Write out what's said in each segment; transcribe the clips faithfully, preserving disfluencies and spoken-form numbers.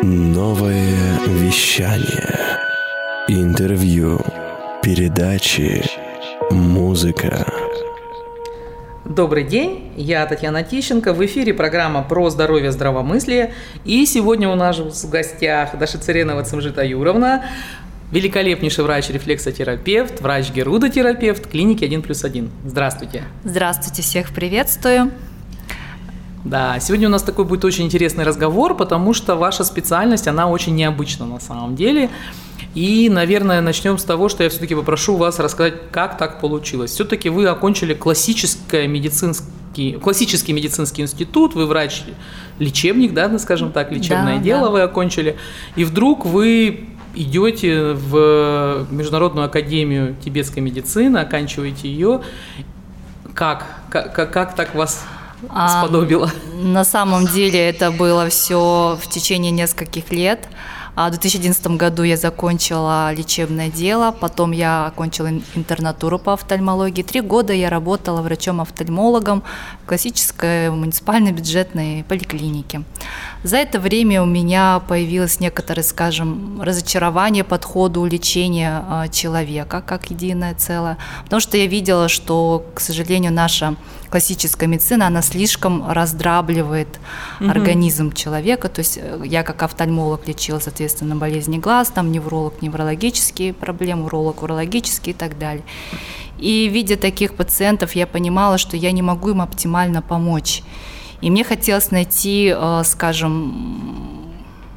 Новое вещание. Интервью. Передачи. Музыка. Добрый день, я Татьяна Тищенко, в эфире программа про здоровье, здравомыслие. И сегодня у нас в гостях Даша Цыренова Цымжита Юровна, великолепнейший врач-рефлексотерапевт, врач-герудотерапевт клиники один плюс один. Здравствуйте. Здравствуйте, всех приветствую. Да, сегодня у нас такой будет очень интересный разговор, потому что ваша специальность, она очень необычна на самом деле. И, наверное, начнем с того, что я все-таки попрошу вас рассказать, как так получилось. Все-таки вы окончили классический медицинский, классический медицинский институт, вы врач-лечебник, да, скажем так, лечебное да, дело да. Вы окончили, и вдруг вы идете в Международную академию тибетской медицины, оканчиваете ее. Как? Как, как так вас сподобило? А, на самом деле это было все в течение нескольких лет. В две тысячи одиннадцатом году я закончила лечебное дело, потом я окончила интернатуру по офтальмологии. Три года я работала врачом-офтальмологом в классической муниципальной бюджетной поликлинике. За это время у меня появилось некоторое, скажем, разочарование подходу лечения человека как единое целое, потому что я видела, что, к сожалению, наша классическая медицина, она слишком раздрабливает угу. организм человека. То есть я как офтальмолог лечила, соответственно, болезни глаз, там невролог, неврологические проблемы, уролог, урологические и так далее. И видя таких пациентов, я понимала, что я не могу им оптимально помочь. И мне хотелось найти, скажем,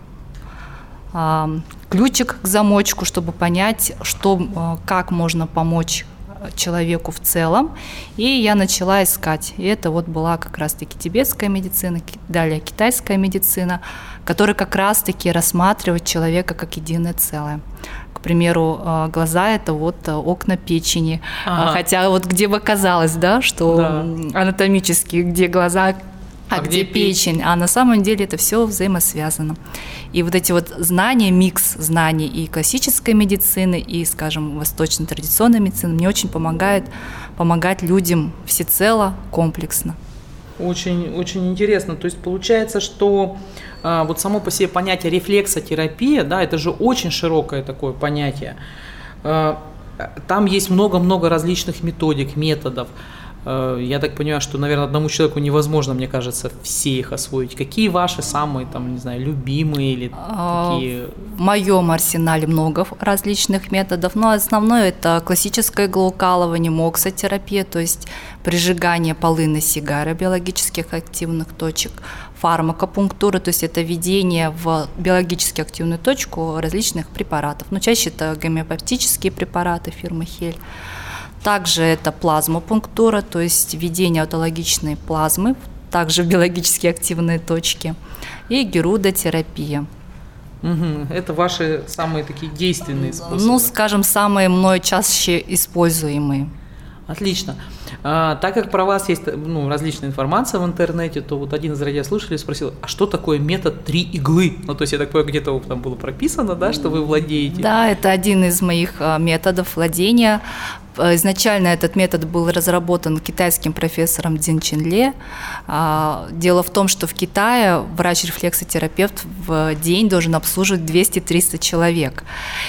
ключик к замочку, чтобы понять, что, как можно помочь человеку в целом. И я начала искать. И это вот была как раз-таки тибетская медицина, далее китайская медицина, которая как раз-таки рассматривает человека как единое целое. К примеру, глаза – это вот окна печени. Ага. Хотя вот где бы казалось, да, что да. анатомически, где глаза, а, а где, где печень? печень, а на самом деле это все взаимосвязано. И вот эти вот знания, микс знаний и классической медицины, и, скажем, восточно-традиционной медицины мне очень помогает помогать людям всецело, комплексно. Очень, очень интересно. То есть получается, что а, вот само по себе понятие рефлексотерапия, да, это же очень широкое такое понятие. А, там есть много-много различных методик, методов. Я так понимаю, что, наверное, одному человеку невозможно, мне кажется, все их освоить. Какие ваши самые, там, не знаю, любимые или такие? В моем арсенале много различных методов, но основное – это классическое иглоукалывание, моксотерапия, то есть прижигание полынной сигары биологических активных точек, фармакопунктура, то есть это введение в биологически активную точку различных препаратов. Но чаще это гомеопатические препараты фирмы Хель. Также это плазмопунктура, то есть введение аутологичной плазмы, также в биологически активные точки, и герудотерапия. Угу. Это ваши самые такие действенные способы? Ну, скажем, самые мной чаще используемые. Отлично. А, так как про вас есть ну, различная информация в интернете, то вот один из радиослушателей спросил, а что такое метод три иглы? Ну, то есть, я так понимаю, где-то там было прописано, да, что вы владеете? Да, это один из моих методов владения. Изначально этот метод был разработан китайским профессором Цзин Чинле. Дело в том, что в Китае врач-рефлексотерапевт в день должен обслуживать двести-триста человек.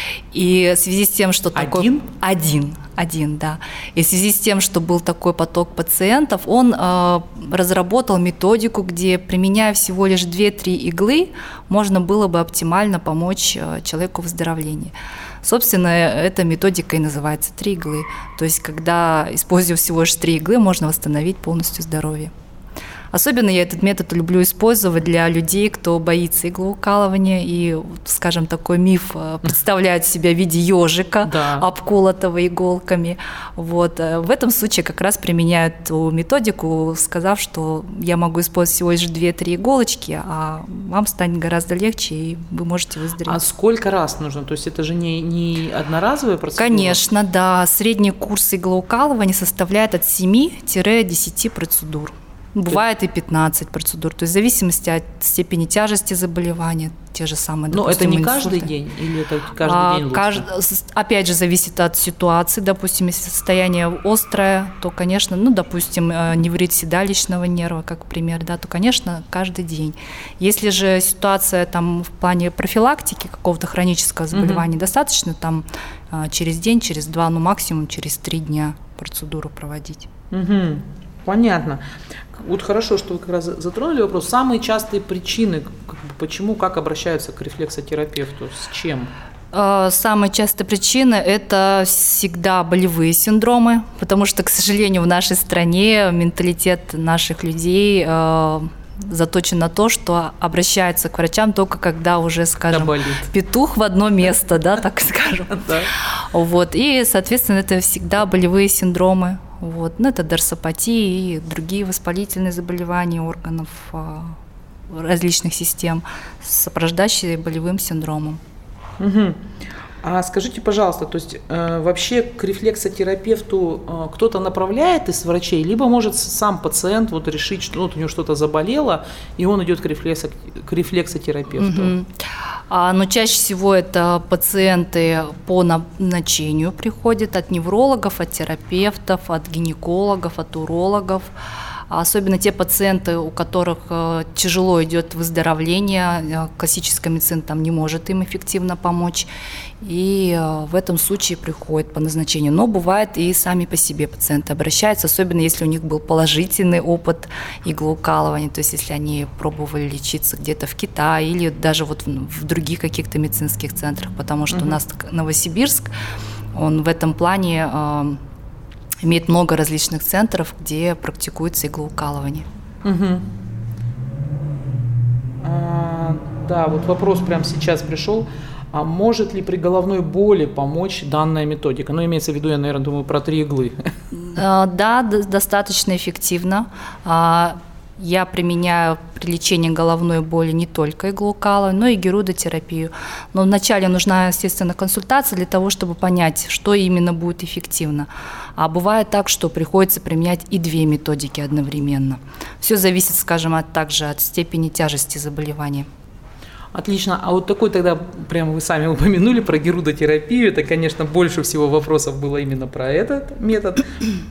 И в связи с тем, что такой... Один? Один, один, да. И в связи с тем, что был такой поток пациентов, он э, разработал методику, где, применяя всего лишь две-три иглы, можно было бы оптимально помочь э, человеку в выздоровлении. Собственно, эта методика и называется «три иглы». То есть, когда, используя всего лишь три иглы, можно восстановить полностью здоровье. Особенно я этот метод люблю использовать для людей, кто боится иглоукалывания и, скажем, такой миф представляет себя в виде ежика, да. обколотого иголками. Вот. В этом случае как раз применяют эту методику, сказав, что я могу использовать всего лишь две-три иголочки, а вам станет гораздо легче, и вы можете выздороветь. А сколько раз нужно? То есть это же не, не одноразовая процедура? Конечно, да. Средний курс иглоукалывания составляет от семи до десяти процедур. Бывает и пятнадцать процедур, то есть в зависимости от степени тяжести заболевания, те же самые. Но это не инсульты. Каждый день или это каждый а, день лучше? Кажд... Опять же, зависит от ситуации. Допустим, если состояние острое, то, конечно, ну, допустим, неврит седалищного нерва, как пример, да, то, конечно, каждый день. Если же ситуация там в плане профилактики какого-то хронического заболевания, угу. достаточно там через день, через два, ну максимум через три дня процедуру проводить. Угу. Понятно. Вот хорошо, что вы как раз затронули вопрос. Самые частые причины, почему, как обращаются к рефлексотерапевту, с чем? Самая частая причина – это всегда болевые синдромы, потому что, к сожалению, в нашей стране менталитет наших людей заточен на то, что обращаются к врачам только когда уже, скажем, петух в одно место, да, так скажем. Вот. И, соответственно, это всегда болевые синдромы. Вот. Ну, это дорсопатии и другие воспалительные заболевания органов различных систем, сопровождающие болевым синдромом. Угу. А скажите, пожалуйста, то есть э, вообще к рефлексотерапевту э, кто-то направляет из врачей, либо может сам пациент вот решить, что вот у него что-то заболело, и он идет к, рефлексо, к рефлексотерапевту? Угу. А, но чаще всего это пациенты по назначению приходят от неврологов, от терапевтов, от гинекологов, от урологов. Особенно те пациенты, у которых тяжело идет выздоровление, классическая медицина там не может им эффективно помочь, и в этом случае приходят по назначению. Но бывает и сами по себе пациенты обращаются, особенно если у них был положительный опыт иглоукалывания, то есть если они пробовали лечиться где-то в Китае или даже вот в других каких-то медицинских центрах, потому что угу. у нас Новосибирск, он в этом плане имеет много различных центров, где практикуется иглоукалывание. Угу. А, да, вот вопрос прямо сейчас пришел. А может ли при головной боли помочь данная методика? Ну, имеется в виду, я, наверное, думаю, про три иглы. А, да, достаточно эффективно. А, Я применяю при лечении головной боли не только иглоукалывание, но и герудотерапию. Но вначале нужна, естественно, консультация для того, чтобы понять, что именно будет эффективно. А бывает так, что приходится применять и две методики одновременно. Все зависит, скажем, от, также от степени тяжести заболевания. Отлично. А вот такой тогда, прямо вы сами упомянули про герудотерапию, это, конечно, больше всего вопросов было именно про этот метод.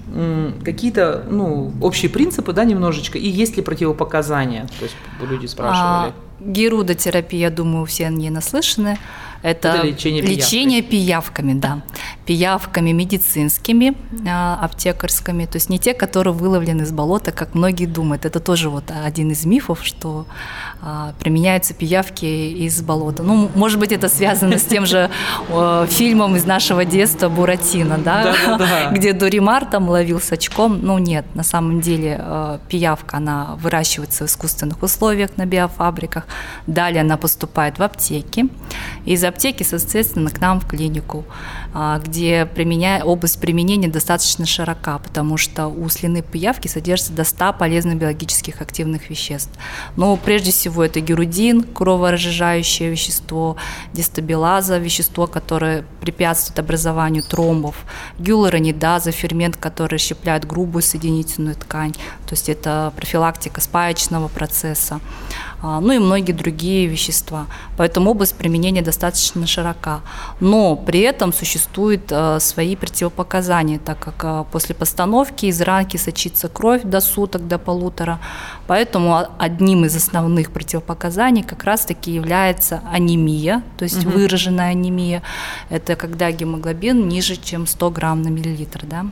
Какие-то, ну, общие принципы, да, немножечко, и есть ли противопоказания? То есть люди спрашивали. А, герудотерапия, я думаю, все они наслышаны. Это, это лечение, лечение пиявками, да. Пиявками медицинскими, аптекарскими, то есть не те, которые выловлены из болота, как многие думают. Это тоже вот один из мифов, что а, применяются пиявки из болота. Ну, может быть, это связано с тем же о, фильмом из нашего детства «Буратино», да? Да, да, да. Где Доримар там ловил с очком. Ну, нет, на самом деле э, пиявка, она выращивается в искусственных условиях на биофабриках. Далее она поступает в аптеки. Из аптеки, соответственно, к нам в клинику, где применя... область применения достаточно широка, потому что у слюны пиявки содержится до ста полезных биологических активных веществ. Но прежде всего это герудин, кроворазжижающее вещество, дистабилаза, вещество, которое препятствует образованию тромбов, гиалуронидаза, фермент, который расщепляет грубую соединительную ткань, то есть это профилактика спаечного процесса, ну и многие другие вещества. Поэтому область применения достаточно широка. Но при этом существуют свои противопоказания, так как после постановки из ранки сочится кровь до суток, до полутора. Поэтому одним из основных противопоказаний как раз-таки является анемия, то есть угу. выраженная анемия. Это когда гемоглобин ниже, чем сто грамм на миллилитр, да.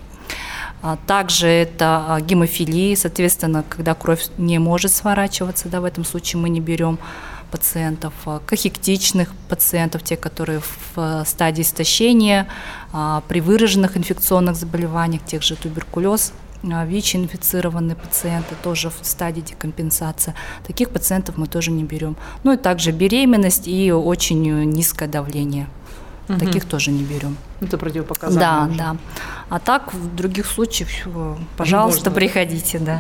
Также это гемофилия, соответственно, когда кровь не может сворачиваться, да, в этом случае мы не берем пациентов, кахектичных пациентов, те, которые в стадии истощения, при выраженных инфекционных заболеваниях, тех же туберкулез, ВИЧ-инфицированные пациенты, тоже в стадии декомпенсации. Таких пациентов мы тоже не берем. Ну и также беременность и очень низкое давление. Угу. Таких тоже не берем. Это противопоказания. Да, да. А так, в других случаях, пожалуйста, можно. Приходите, да.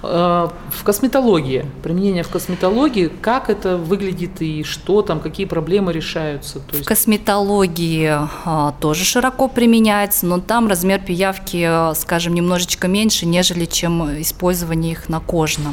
В косметологии, применение в косметологии, как это выглядит и что там, какие проблемы решаются? То есть... В косметологии а, тоже широко применяется, но там размер пиявки, скажем, немножечко меньше, нежели чем использование их на кожном.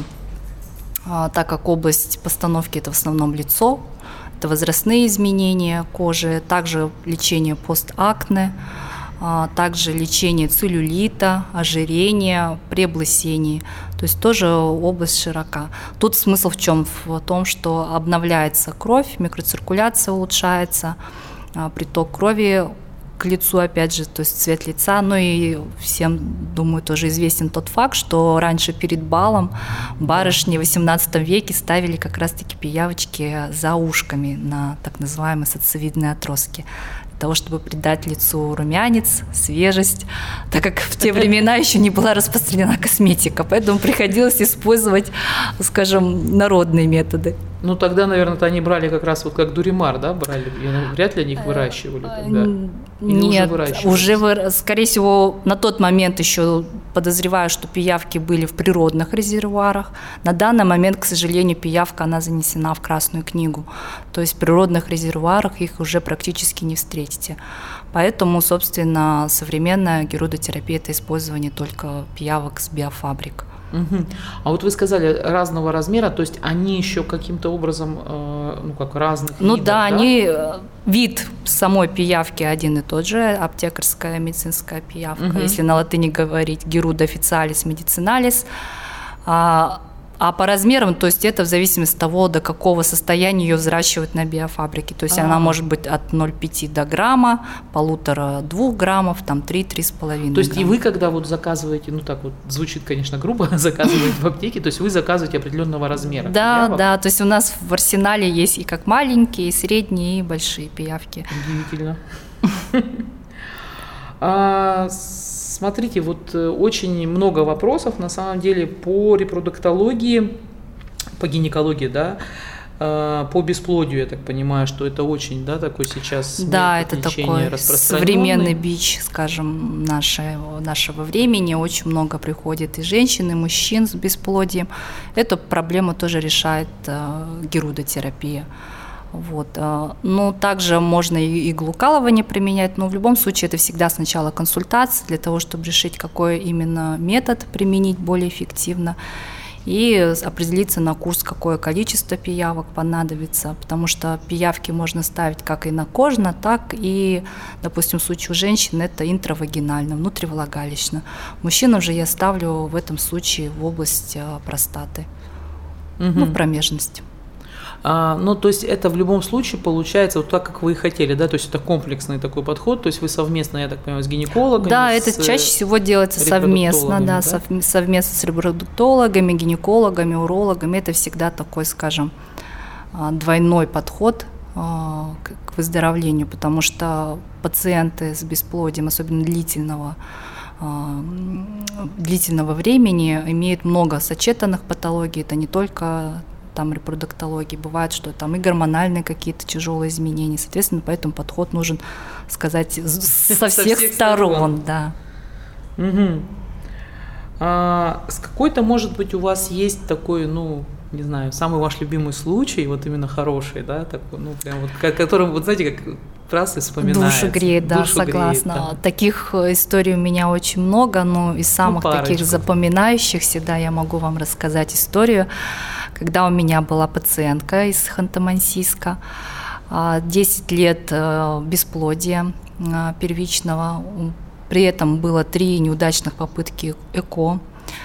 А, так как область постановки – это в основном лицо, это возрастные изменения кожи, также лечение постакне, также лечение целлюлита, ожирения, при облысении. То есть тоже область широка. Тут смысл в чем? В том, что обновляется кровь, микроциркуляция улучшается, приток крови к лицу, опять же, то есть цвет лица. Ну и всем, думаю, тоже известен тот факт, что раньше перед балом барышни в восемнадцатом веке ставили как раз-таки пиявочки за ушками на так называемые сальцевидные отростки, для того, чтобы придать лицу румянец, свежесть, так как в те времена еще не была распространена косметика, поэтому приходилось использовать, скажем, народные методы. Ну, тогда, наверное, они брали как раз вот как дуримар, да, брали? Вряд ли они их выращивали тогда? Или Нет, уже, уже, скорее всего, на тот момент еще подозреваю, что пиявки были в природных резервуарах. На данный момент, к сожалению, пиявка, она занесена в Красную книгу. То есть в природных резервуарах их уже практически не встретите. Поэтому, собственно, современная герудотерапия – это использование только пиявок с биофабрик. Угу. А вот вы сказали разного размера, то есть они еще каким-то образом, э, ну как разных ну, видов, да, да? они, вид самой пиявки один и тот же, аптекарская медицинская пиявка, угу. Если на латыни говорить Gerudo officinalis medicinalis. А, а по размерам, то есть это в зависимости от того, до какого состояния ее взращивают на биофабрике. То есть А-а-а. Она может быть от ноль целых пяти до грамма, полутора-двух граммов, там три-три с половиной. То есть грамма. И вы, когда вот заказываете, ну так вот звучит, конечно, грубо, заказываете в аптеке, то есть вы заказываете определенного размера. Да, пиявок? Да, то есть у нас в арсенале есть и как маленькие, и средние, и большие пиявки. Удивительно. Смотрите, вот очень много вопросов, на самом деле, по репродуктологии, по гинекологии, да, по бесплодию, я так понимаю, что это очень, да, такой сейчас да, это такой современный бич, скажем, нашего, нашего времени. Очень много приходит и женщин, и мужчин с бесплодием. Эту проблему тоже решает герудотерапия. Вот. Ну, также можно и иглоукалывание применять, но в любом случае это всегда сначала консультация для того, чтобы решить, какой именно метод применить более эффективно и определиться на курс, какое количество пиявок понадобится, потому что пиявки можно ставить как и на кожно, так и, допустим, в случае у женщин это интравагинально, внутривлагалищно. Мужчинам же я ставлю в этом случае в область простаты, угу. ну, в промежность. А, ну, то есть это в любом случае получается вот так, как вы и хотели, да, то есть это комплексный такой подход, то есть вы совместно, я так понимаю, с гинекологами? Да, это чаще всего делается совместно, да, да? совместно с репродуктологами, гинекологами, урологами, это всегда такой, скажем, двойной подход к выздоровлению, потому что пациенты с бесплодием, особенно длительного, длительного времени, имеют много сочетанных патологий, это не только там репродуктологии, бывает, что там и гормональные какие-то тяжелые изменения, соответственно, поэтому подход нужен, сказать, со всех сторон, да. Угу. А, с какой-то, может быть, у вас есть такой, ну, не знаю, самый ваш любимый случай, вот именно хороший, да, такой, ну, прям вот, которым, вот знаете, как раз и вспоминается. Душу греет, да, Душу согласна. Греет, да. Таких историй у меня очень много, но из самых ну, таких запоминающихся, да, я могу вам рассказать историю, когда у меня была пациентка из Ханты-Мансийска, десять лет бесплодия первичного, при этом было три неудачных попытки ЭКО.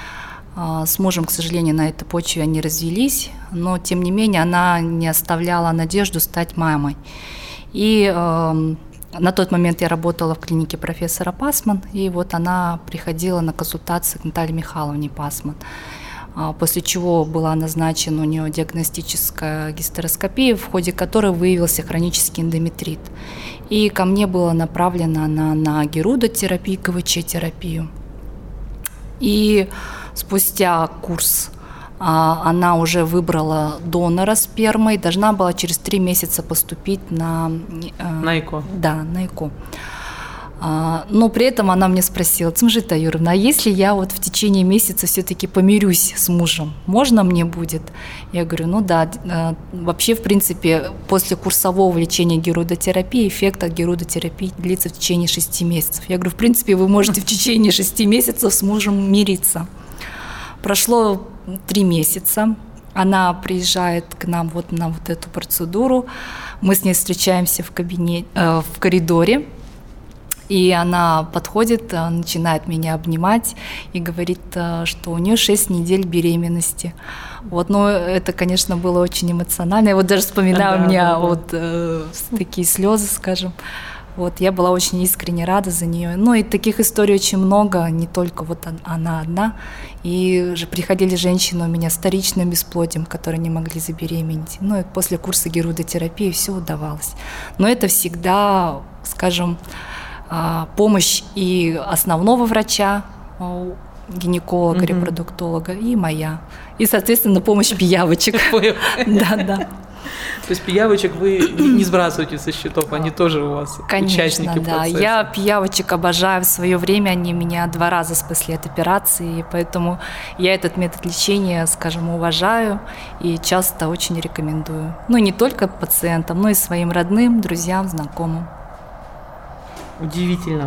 С мужем, к сожалению, на этой почве они развелись, но, тем не менее, она не оставляла надежду стать мамой. И э, на тот момент я работала в клинике профессора Пасман, и вот она приходила на консультации к Наталье Михайловне Пасман, после чего была назначена у нее диагностическая гистероскопия, в ходе которой выявился хронический эндометрит. И ко мне была направлена она на герудотерапию, КВЧ-терапию. И спустя курс Она уже выбрала донора спермы и должна была через три месяца поступить на... На ЭКО. Да, на ЭКО. Но при этом она мне спросила: Цмжита Юрьевна, а если я вот в течение месяца все-таки помирюсь с мужем, можно мне будет? Я говорю, ну да, вообще, в принципе, после курсового лечения герудотерапии эффект от герудотерапии длится в течение шести месяцев. Я говорю, в принципе, вы можете в течение шести месяцев с мужем мириться. Прошло три месяца, она приезжает к нам вот на вот эту процедуру, мы с ней встречаемся в кабинете, э, в коридоре, и она подходит, начинает меня обнимать и говорит, что у нее шесть недель беременности. Вот, но это, конечно, было очень эмоционально. Я вот даже вспоминаю, да, у меня да, да. вот э, такие слезы, скажем. Вот, я была очень искренне рада за нее. Ну и таких историй очень много, не только вот она одна. И же приходили женщины у меня с вторичным бесплодием, которые не могли забеременеть. Ну и после курса герудотерапии все удавалось. Но это всегда, скажем, помощь и основного врача, гинеколога, mm-hmm. репродуктолога, и моя. И, соответственно, помощь пиявочек. Да, да. То есть пиявочек вы не сбрасываете со счетов, они тоже у вас участники процесса. Конечно, да. Я пиявочек обожаю. В свое время они меня два раза спасли от операции, и поэтому я этот метод лечения, скажем, уважаю и часто очень рекомендую. Ну, не только пациентам, но и своим родным, друзьям, знакомым. Удивительно.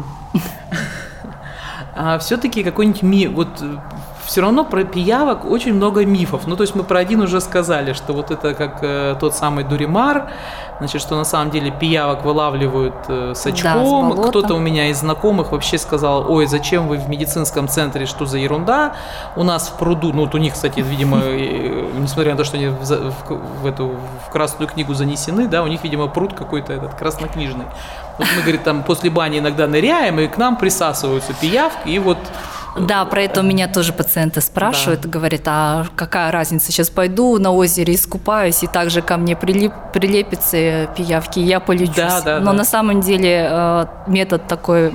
А все-таки какой-нибудь миф, вот все равно про пиявок очень много мифов. Ну, то есть мы про один уже сказали, что вот это как э, тот самый дуримар, значит, что на самом деле пиявок вылавливают э, с очком. Да, с кто-то у меня из знакомых вообще сказал: ой, зачем вы в медицинском центре, что за ерунда? У нас в пруду, ну вот у них, кстати, видимо, несмотря на то, что они в, в, в эту в Красную книгу занесены, да, у них, видимо, пруд какой-то этот краснокнижный. Вот мы, говорит, там после бани иногда ныряем, и к нам присасываются пиявки, и вот... Да, про это у меня тоже пациенты спрашивают, да. Говорят, а какая разница, сейчас пойду на озере искупаюсь, и также ко мне прилип, прилепятся пиявки, и я полечусь. Да, да, Но да. на самом деле метод такой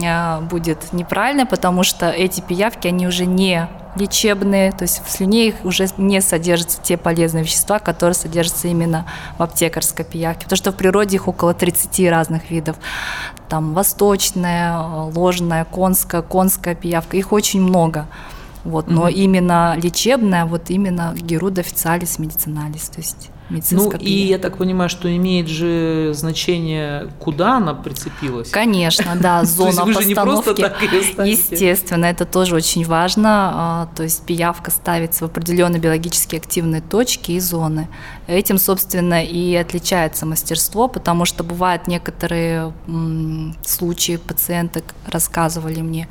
будет неправильный, потому что эти пиявки, они уже не лечебные, то есть в слюне их уже не содержатся те полезные вещества, которые содержатся именно в аптекарской пиявке, потому что в природе их около тридцати разных видов. Там восточная, ложная, конская, конская пиявка, их очень много. Вот, но mm-hmm. именно лечебная, вот именно Gerudo officinalis medicinalis, то есть медицинская. Ну и я так понимаю, что имеет же значение, куда она прицепилась? Конечно, да, зона постановки. Естественно, это тоже очень важно. То есть пиявка ставится в определенные биологически активные точки и зоны. Этим, собственно, и отличается мастерство, потому что бывают некоторые случаи, пациенты рассказывали мне,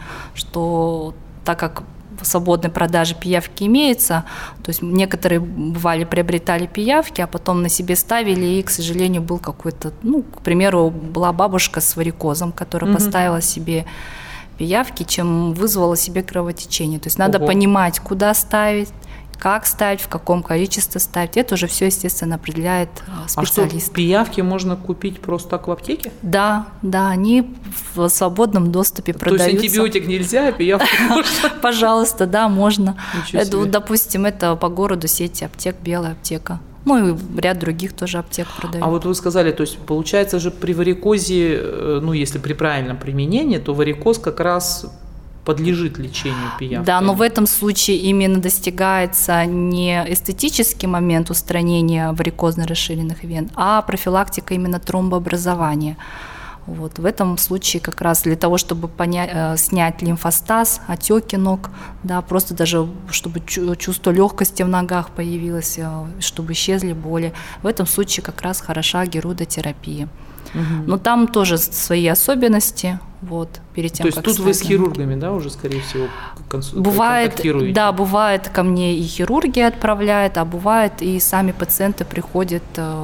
что так как в свободной продаже пиявки имеется, то есть некоторые бывали приобретали пиявки, а потом на себе ставили, и, к сожалению, был какой-то, ну, к примеру, была бабушка с варикозом, которая mm-hmm. поставила себе пиявки, чем вызвала себе кровотечение. То есть надо Ого. понимать, куда ставить, как ставить, в каком количестве ставить. Это уже все, естественно, определяет специалист. А что, пиявки можно купить просто так в аптеке? Да, да, они в свободном доступе продаются. То есть антибиотик нельзя, а пиявку можно? Пожалуйста, да, можно. Допустим, это по городу сети аптек, Белая аптека. Ну и ряд других тоже аптек продают. А вот вы сказали, то есть получается же при варикозе, ну если при правильном применении, то варикоз как раз подлежит лечению пиявки. Да, но в этом случае именно достигается не эстетический момент устранения варикозно-расширенных вен, а профилактика именно тромбообразования. Вот. В этом случае как раз для того, чтобы понять, снять лимфостаз, отеки ног, да, просто даже чтобы чувство легкости в ногах появилось, чтобы исчезли боли, в этом случае как раз хороша герудотерапия. Угу. Но там тоже свои особенности. Вот, перед тем, То есть как тут ставить. Вы с хирургами, да, уже, скорее всего, консу- бывает, контактируете? Да, бывает, ко мне и хирурги отправляют, а бывает и сами пациенты приходят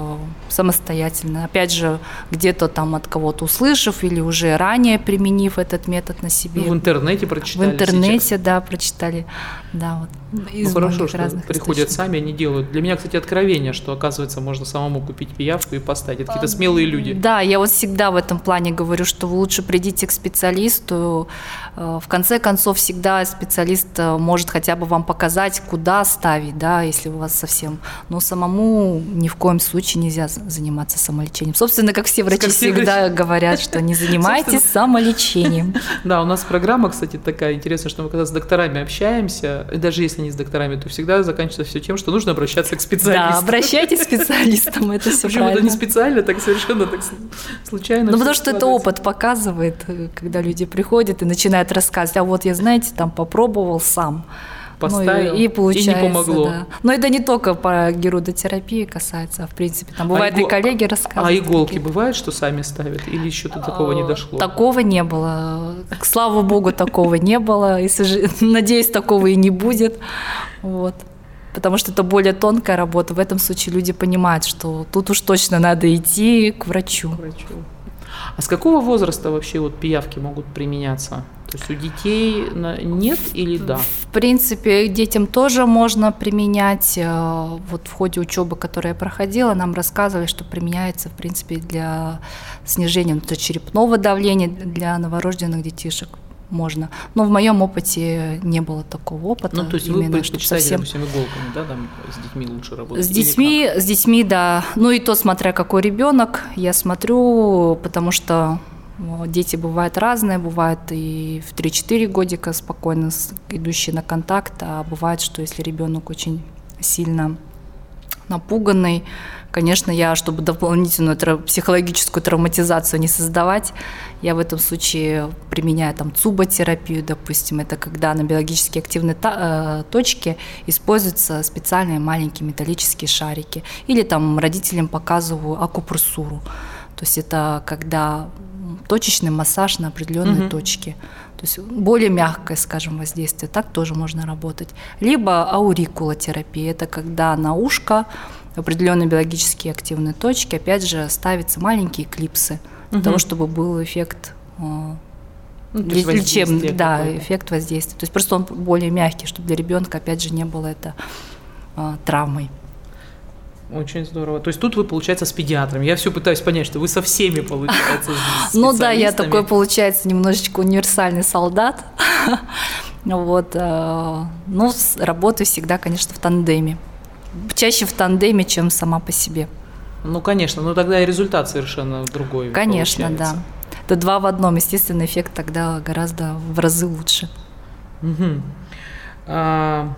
самостоятельно. Опять же, где-то там от кого-то услышав или уже ранее применив этот метод на себе. Ну, в интернете прочитали. В интернете, сейчас. да, прочитали. Да, вот. Из ну, хорошо, что разных приходят сами, они делают. Для меня, кстати, откровение, что, оказывается, можно самому купить пиявку и поставить. Это какие-то смелые люди. Да, я вот всегда в этом плане говорю, что вы лучше придите к специалисту. В конце концов, всегда специалист может хотя бы вам показать, куда ставить, да, если у вас совсем. Но самому ни в коем случае нельзя заниматься самолечением. Собственно, как все врачи как всегда врачи. говорят, что не занимайтесь самолечением. Да, у нас программа, кстати, такая интересная, что мы когда с докторами общаемся, и даже если не с докторами, то всегда заканчивается все тем, что нужно обращаться к специалисту. Да, обращайтесь к специалистам, это все правильно. Почему-то не специально, так совершенно так случайно. Ну, потому что это опыт показывает, когда люди приходят и начинают рассказывать, а вот я, знаете, там попробовал сам. Поставил, ну, и, и, получается, и не помогло. Да. Но это не только по герудотерапии касается, а в принципе, там бывает а и иго... коллеги рассказывают. А иголки такие. Бывает, что сами ставят? Или еще до такого не дошло? Такого не было. Слава богу, такого не было. И, надеюсь, такого и не будет. Вот. Потому что это более тонкая работа. В этом случае люди понимают, что тут уж точно надо идти к врачу. К врачу. А с какого возраста вообще вот пиявки могут применяться? То есть у детей нет или да? В принципе, детям тоже можно применять. Вот в ходе учебы, которую я проходила, нам рассказывали, что применяется, в принципе, для снижения черепного давления для новорожденных детишек. Можно. Но в моем опыте не было такого опыта. Ну, то есть именно, вы предпочитаете, совсем... допустим, иголками, да, там с детьми лучше работать? С детьми, с детьми, да. Ну и то, смотря какой ребенок, я смотрю, потому что дети бывают разные, бывают и в три-четыре годика спокойно идущие на контакт, а бывает, что если ребенок очень сильно напуганный, конечно, я, чтобы дополнительную тра- психологическую травматизацию не создавать, я в этом случае применяю там цуботерапию, допустим, это когда на биологически активной та- э, точке используются специальные маленькие металлические шарики, или там родителям показываю акупрессуру, то есть это когда точечный массаж на определенной mm-hmm. точке. То есть более мягкое, скажем, воздействие, так тоже можно работать. Либо аурикулотерапия, это когда на ушко в определенной биологически активной точке, опять же, ставятся маленькие клипсы, для mm-hmm. того, чтобы был эффект ну, лечебный, да, какой-то. Эффект воздействия. То есть просто он более мягкий, чтобы для ребенка, опять же, не было это а, травмой. Очень здорово. То есть тут вы, получается, с педиатрами. Я все пытаюсь понять, что вы со всеми, получается, ну да, я такой, получается, немножечко универсальный солдат. Вот. Ну, работаю всегда, конечно, в тандеме. Чаще в тандеме, чем сама по себе. Ну, конечно, но тогда и результат совершенно другой. Конечно, получается. Да. Это два в одном. Естественно, эффект тогда гораздо в разы лучше. Угу. А,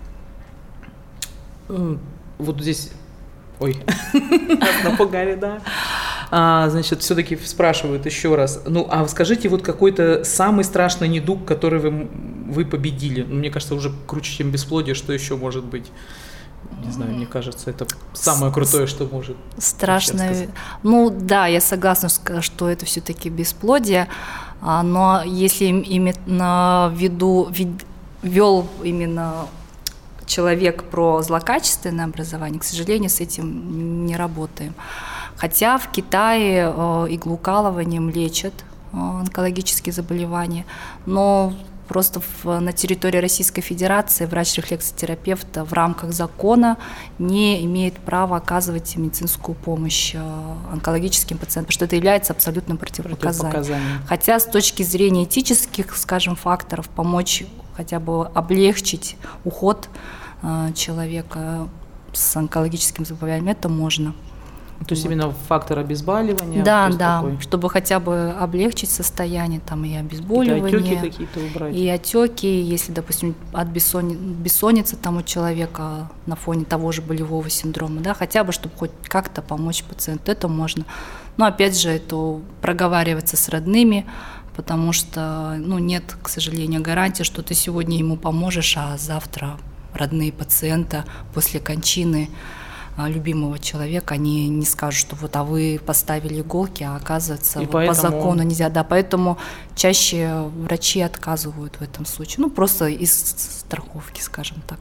вот здесь... Ой, нас напугали, да. А, значит, все-таки спрашивают еще раз. Ну, а скажите, вот какой-то самый страшный недуг, который вы, вы победили? Мне кажется, уже круче, чем бесплодие, что еще может быть? Не знаю, мне кажется, это самое крутое, что может. Страшное. Ну да, я согласна, что это все-таки бесплодие, но если именно в виду вел именно человек про злокачественное образование, к сожалению, с этим не работаем. Хотя в Китае иглоукалыванием лечат онкологические заболевания, но просто в, на территории Российской Федерации врач-рефлексотерапевт в рамках закона не имеет права оказывать медицинскую помощь онкологическим пациентам, потому что это является абсолютным противопоказанием. противопоказанием. Хотя с точки зрения этических, скажем, факторов, помочь хотя бы облегчить уход э, человека с онкологическим заболеванием, это можно. То есть вот. Именно фактор обезболивания? Да, да, такой... чтобы хотя бы облегчить состояние, там и обезболивание. И отеки какие-то убрать. И отеки, если, допустим, от бессонни... бессонницы там у человека на фоне того же болевого синдрома, да, хотя бы, чтобы хоть как-то помочь пациенту, это можно. Но опять же, это проговариваться с родными, потому что, ну, нет, к сожалению, гарантии, что ты сегодня ему поможешь, а завтра родные пациента после кончины любимого человека, они не скажут, что вот, а вы поставили иголки, а оказывается, вот поэтому... по закону нельзя. Да, поэтому чаще врачи отказывают в этом случае. Ну, просто из страховки, скажем так.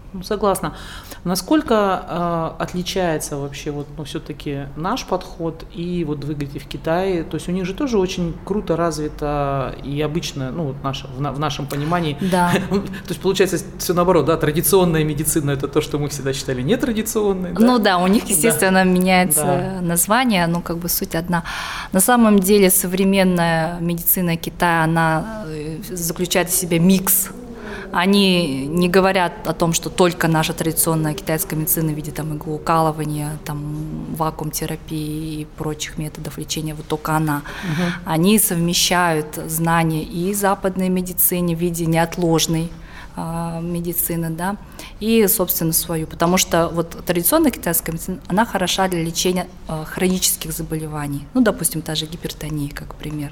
Ну, согласна. Насколько э, отличается вообще вот, ну, все-таки наш подход и вот вы говорите в Китае, то есть у них же тоже очень круто развито и обычно, ну вот наше, в, на, в нашем понимании, да. То есть получается все наоборот, да, традиционная медицина это то, что мы всегда считали нетрадиционной. Да? Ну да, у них, естественно, да. меняется да. название, но как бы суть одна. На самом деле современная медицина Китая, она заключает в себе микс. Они не говорят о том, что только наша традиционная китайская медицина в виде там, иглоукалывания, там, вакуум-терапии и прочих методов лечения, вот только она. Угу. Они совмещают знания и западной медицины в виде неотложной э, медицины, да, и, собственно, свою. Потому что вот традиционная китайская медицина, она хороша для лечения э, хронических заболеваний. Ну, допустим, та же гипертония, как пример.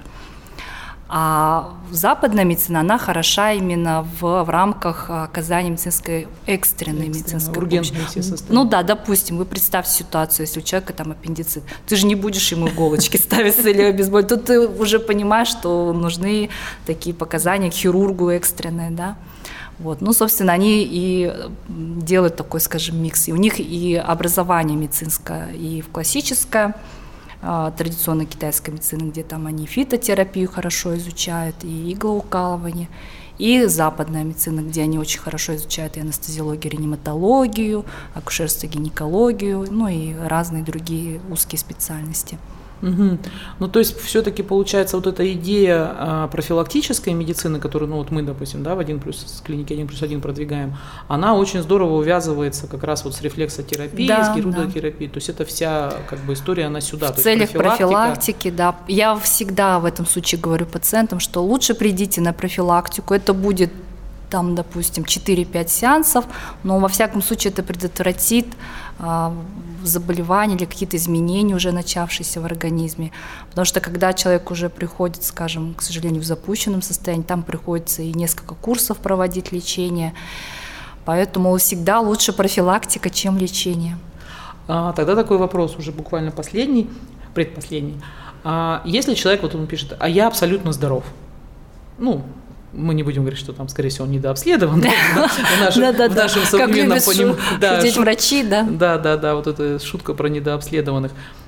А западная медицина, она хороша именно в, в рамках оказания медицинской, экстренной медицинской помощи. Ну да, допустим, вы представьте ситуацию, если у человека там аппендицит, ты же не будешь ему иголочки ставить или обезболивать, тут ты уже понимаешь, что нужны такие показания к хирургу экстренные, да. Вот. Ну, собственно, они и делают такой, скажем, микс. И у них и образование медицинское, и в классическое, традиционной китайской медицины, где там они фитотерапию хорошо изучают, и иглоукалывание, и западная медицина, где они очень хорошо изучают и анестезиологию, реаниматологию, акушерство, гинекологию, ну и разные другие узкие специальности. Угу. Ну, то есть, все-таки получается вот эта идея а, профилактической медицины, которую, ну, вот мы, допустим, да, в один плюс, с клиники один плюс один продвигаем, она очень здорово увязывается как раз вот с рефлексотерапией, да, с герудотерапией, да. То есть, это вся, как бы, история, она сюда. В целях профилактика. профилактики, да. Я всегда в этом случае говорю пациентам, что лучше придите на профилактику, это будет там, допустим, четыре-пять сеансов, но во всяком случае это предотвратит э, заболевания или какие-то изменения, уже начавшиеся в организме. Потому что когда человек уже приходит, скажем, к сожалению, в запущенном состоянии, там приходится и несколько курсов проводить лечение. Поэтому всегда лучше профилактика, чем лечение. А, тогда такой вопрос, уже буквально последний, предпоследний. А, если человек, вот он пишет, а я абсолютно здоров, ну, мы не будем говорить, что там, скорее всего, он недообследован, в нашем современном понимании. Как любят шутить врачи, да? Да, да, да, вот эта шутка про недообследованных.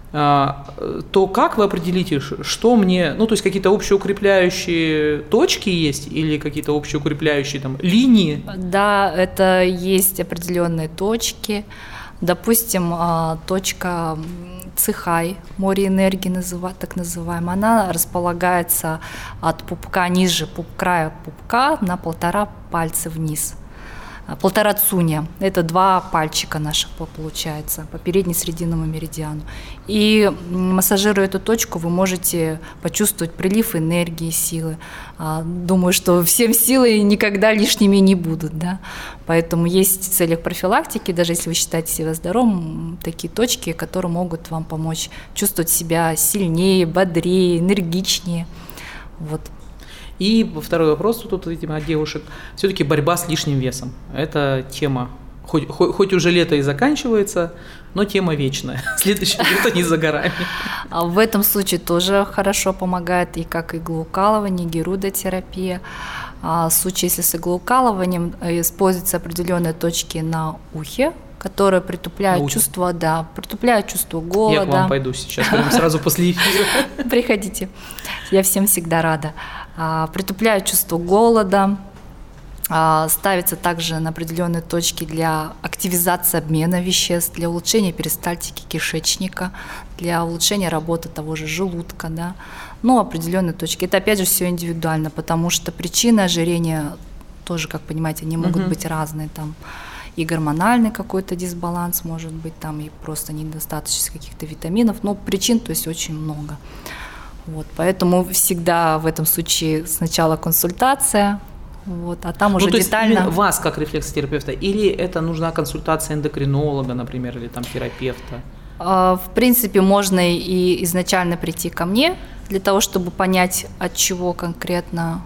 То как вы определите, что мне, ну, то есть какие-то общеукрепляющие точки есть или какие-то общеукрепляющие там линии? Да, это есть определенные точки. Допустим, точка Цихай, море энергии так называемая, она располагается от пупка ниже, пуп, края пупка на полтора пальца вниз. Полтора цуня, это два пальчика наших получается, по передне-срединному меридиану. И массажируя эту точку, вы можете почувствовать прилив энергии, силы. Думаю, что всем силы никогда лишними не будут, да? Поэтому есть в целях профилактики, даже если вы считаете себя здоровым, такие точки, которые могут вам помочь чувствовать себя сильнее, бодрее, энергичнее. Вот. И второй вопрос тут, видимо, от девушек. Все-таки борьба с лишним весом. Это тема, хоть, хоть, хоть уже лето и заканчивается, но тема вечная. Следующее лето не за горами. А в этом случае тоже хорошо помогает и как иглоукалывание, герудотерапия. А в случае, если с иглоукалыванием используются определенные точки на ухе, которые притупляют Ухе. чувство, да, притупляют чувство голода. Я к вам пойду сейчас, прямо сразу после эфира. Приходите, я всем всегда рада. А, притупляют чувство голода, а, ставятся также на определенные точки для активизации обмена веществ, для улучшения перистальтики кишечника, для улучшения работы того же желудка, да. Ну, определенные точки. Это опять же все индивидуально, потому что причины ожирения тоже, как понимаете, они могут угу. быть разные там. И гормональный какой-то дисбаланс может быть, там и просто недостаточность каких-то витаминов, но причин, то есть, очень много. Вот, поэтому всегда в этом случае сначала консультация, вот, а там уже ну, то детально. Есть именно вас как рефлексотерапевта, или это нужна консультация эндокринолога, например, или там терапевта? В принципе, можно и изначально прийти ко мне для того, чтобы понять, от чего конкретно.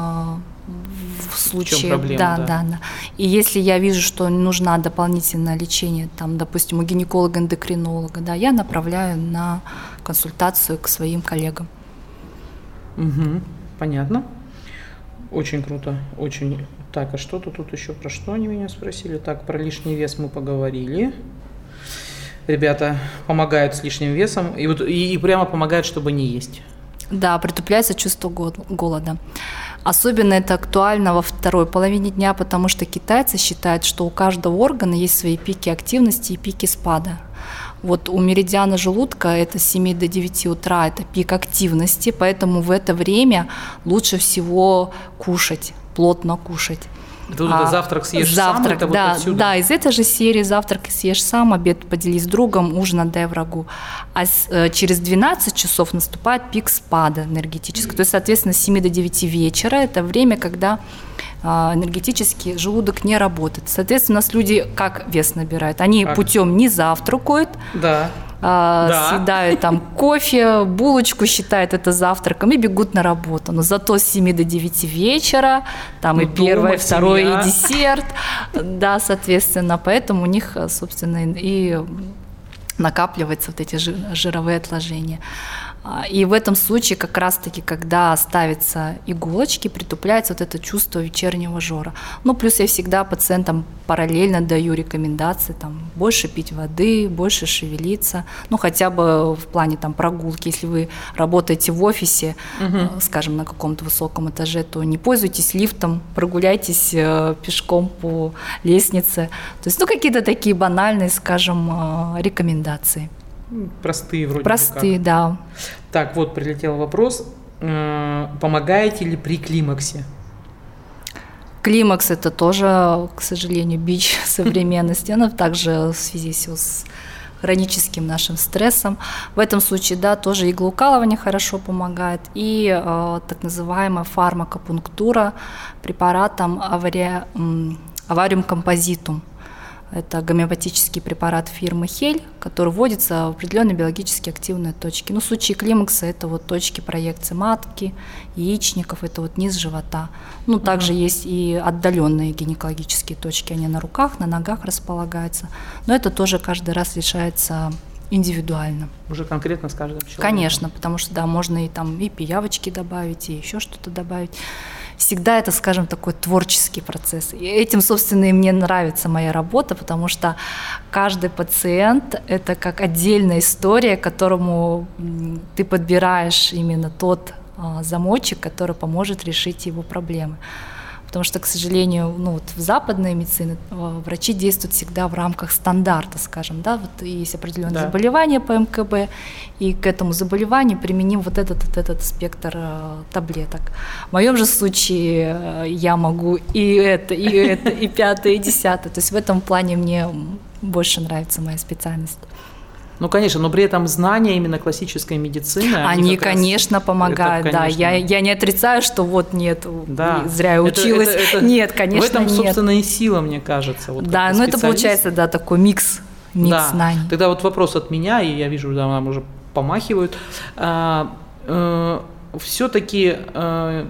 В случае, в чем проблема, да, да. да, да. И если я вижу, что нужна дополнительное лечение, там, допустим, у гинеколога-эндокринолога, да, я направляю на консультацию к своим коллегам. Угу, понятно. Очень круто, очень Так, а что-то тут еще про что они меня спросили? Так, про лишний вес мы поговорили. Ребята помогают с лишним весом и, вот, и, и прямо помогают, чтобы не есть. Да, притупляется чувство голода. Особенно это актуально во второй половине дня, потому что китайцы считают, что у каждого органа есть свои пики активности и пики спада. Вот у меридиана желудка это с семи до девяти утра, это пик активности, поэтому в это время лучше всего кушать, плотно кушать. Тут а, это завтрак съешь завтрак, сам, это да, вот отсюда? Да, из этой же серии завтрак съешь сам, обед поделись с другом, ужин отдай врагу. А с, э, через двенадцать часов наступает пик спада энергетический. То есть, соответственно, с семи до девяти вечера это время, когда э, энергетически желудок не работает. Соответственно, у нас люди как вес набирают? Они как? Путем не завтракают, да. Uh, да. съедают там кофе, булочку, считают это завтраком и бегут на работу. Но зато с семи до девяти вечера там ну, и первое, и второе, и десерт. Да, соответственно, поэтому у них, собственно, и накапливаются вот эти жировые отложения. И в этом случае как раз-таки, когда ставятся иголочки, притупляется вот это чувство вечернего жора. Ну, плюс я всегда пациентам параллельно даю рекомендации, там, больше пить воды, больше шевелиться, ну, хотя бы в плане там прогулки. Если вы работаете в офисе, угу. скажем, на каком-то высоком этаже, то не пользуйтесь лифтом, прогуляйтесь пешком по лестнице. То есть, ну, какие-то такие банальные, скажем, рекомендации. Простые вроде Простые, бы как. да. Так, вот прилетел вопрос. Помогаете ли при климаксе? Климакс – это тоже, к сожалению, бич современности. Она также в связи с хроническим нашим стрессом. В этом случае, да, тоже иглоукалывание хорошо помогает. И э, так называемая фармакопунктура препаратом авари... авариум композитум. Это гомеопатический препарат фирмы Хель, который вводится в определенные биологически активные точки. Ну, в случае климакса это вот точки проекции матки, яичников, это вот низ живота. Ну, также uh-huh. есть и отдаленные гинекологические точки, они на руках, на ногах располагаются. Но это тоже каждый раз решается индивидуально. Уже конкретно с каждым человеком? Конечно, потому что, да, можно и там и пиявочки добавить, и еще что-то добавить. Всегда это, скажем, такой творческий процесс. И этим, собственно, и мне нравится моя работа, потому что каждый пациент – это как отдельная история, которому ты подбираешь именно тот а, замочек, который поможет решить его проблемы. Потому что, к сожалению, ну, вот в западной медицине врачи действуют всегда в рамках стандарта, скажем, да, вот есть определенные да. заболевания по эм ка бэ, и к этому заболеванию применим вот этот, вот этот спектр э, таблеток. В моем же случае э, я могу и это, и это, и пятое, и десятое. То есть в этом плане мне больше нравится моя специальность. Ну, конечно, но при этом знания именно классической медицины... Они, они конечно, помогают, это, конечно. да. Я, я не отрицаю, что вот нет, да. зря я училась. Это, это, это, нет, конечно, в этом, нет. собственно, и сила, мне кажется. Вот да, ну это получается, да, такой микс, микс да. знаний. Тогда вот вопрос от меня, и я вижу, да, нам уже помахивают. А, а, все-таки... А,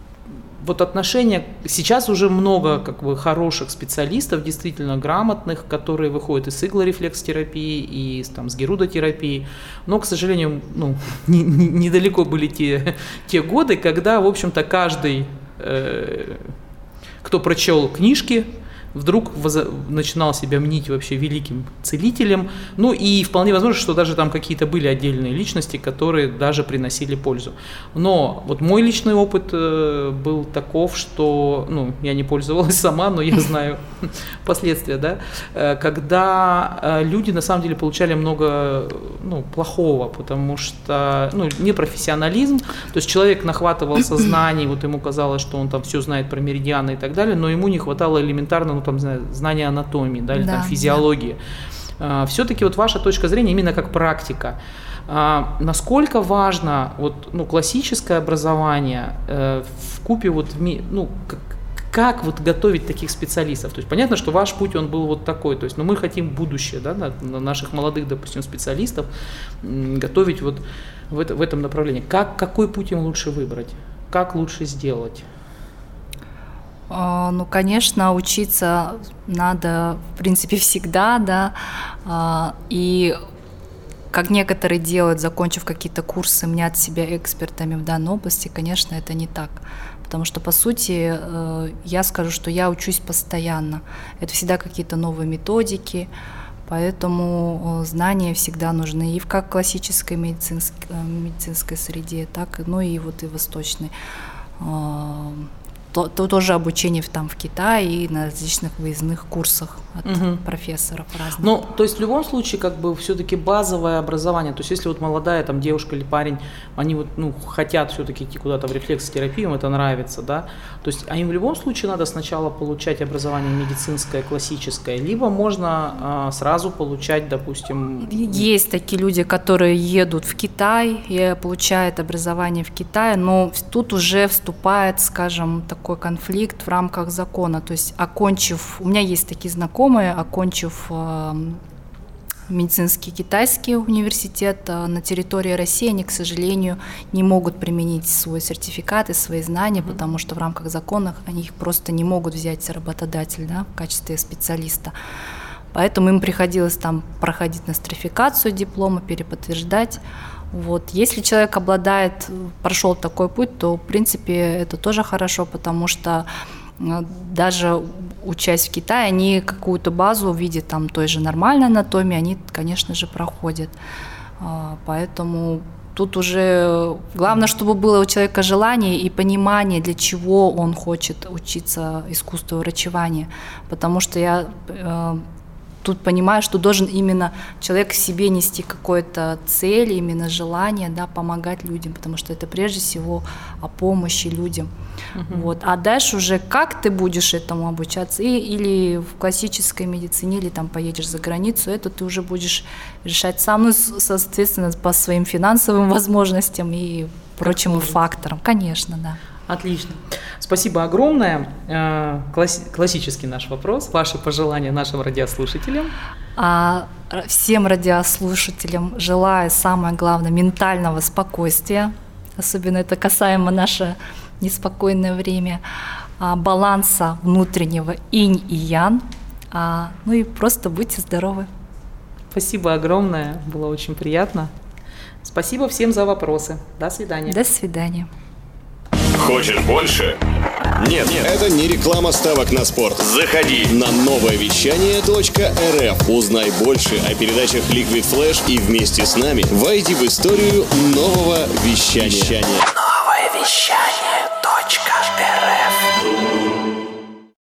вот отношения, сейчас уже много как бы хороших специалистов, действительно грамотных, которые выходят из иглорефлекстерапии и там, с герудотерапии, но, к сожалению, ну, не, не, недалеко были те, те годы, когда, в общем-то, каждый, э, кто прочел книжки, вдруг воз... начинал себя мнить вообще великим целителем. Ну и вполне возможно, что даже там какие-то были отдельные личности, которые даже приносили пользу. Но вот мой личный опыт э, был таков, что, ну, я не пользовалась сама, но я знаю последствия, да, э, когда э, люди на самом деле получали много, ну, плохого, потому что, ну, непрофессионализм, то есть человек нахватывался знаний, вот ему казалось, что он там все знает про меридианы и так далее, но ему не хватало элементарно, ну, там, знания анатомии, да, или да, там, физиологии. Да. Все-таки вот ваша точка зрения именно как практика. А, насколько важно вот, ну, классическое образование э, вкупе вот, ну, как, как вот готовить таких специалистов? То есть понятно, что ваш путь, он был вот такой, то есть, но мы хотим будущее, да, на наших молодых, допустим, специалистов готовить вот в, это, в этом направлении. Как, какой путь им лучше выбрать? Как лучше сделать? Ну, конечно, учиться надо, в принципе, всегда, да, и как некоторые делают, закончив какие-то курсы, мнят себя экспертами в данной области, конечно, это не так. Потому что, по сути, я скажу, что я учусь постоянно. Это всегда какие-то новые методики, поэтому знания всегда нужны и в как классической медицинской, медицинской среде, так ну и вот и восточной. То, то тоже обучение там в Китае и на различных выездных курсах от угу. профессоров разных. Ну, то есть в любом случае, как бы все-таки базовое образование, то есть если вот молодая там девушка или парень, они вот, ну, хотят все-таки идти куда-то в рефлексотерапию, им это нравится, да, то есть а им в любом случае надо сначала получать образование медицинское, классическое, либо можно а, сразу получать, допустим... Есть такие люди, которые едут в Китай и получают образование в Китае, но тут уже вступает, скажем, такой такой конфликт в рамках закона, то есть окончив, у меня есть такие знакомые, окончив э, медицинский китайский университет э, на территории России, они, к сожалению, не могут применить свой сертификат и свои знания, mm-hmm. потому что в рамках закона они их просто не могут взять работодатель, да, в качестве специалиста. Поэтому им приходилось там проходить нострификацию диплома, переподтверждать. Вот. Если человек обладает, прошел такой путь, то, в принципе, это тоже хорошо, потому что даже учась в Китае, они какую-то базу в виде там, той же нормальной анатомии, они, конечно же, проходят. Поэтому тут уже главное, чтобы было у человека желание и понимание, для чего он хочет учиться искусству врачевания. Потому что я... Тут понимаю, что должен именно человек в себе нести какую-то цель, именно желание, да, помогать людям, потому что это прежде всего о помощи людям. Uh-huh. Вот. А дальше уже как ты будешь этому обучаться, и, или в классической медицине, или там поедешь за границу, это ты уже будешь решать сам, ну, соответственно, по своим финансовым возможностям и прочим факторам. Конечно, да. Отлично. Спасибо огромное. Класс- классический наш вопрос. Ваши пожелания нашим радиослушателям? А, всем радиослушателям желаю, самое главное, ментального спокойствия. Особенно это касаемо наше неспокойное время. А, баланса внутреннего инь и ян. А, ну и просто будьте здоровы. Спасибо огромное. Было очень приятно. Спасибо всем за вопросы. До свидания. До свидания. Хочешь больше? Нет, нет, это не реклама ставок на спорт. Заходи на новое вещание точка эр эф. Узнай больше о передачах Liquid Flash и вместе с нами войди в историю нового вещания. Новое вещание.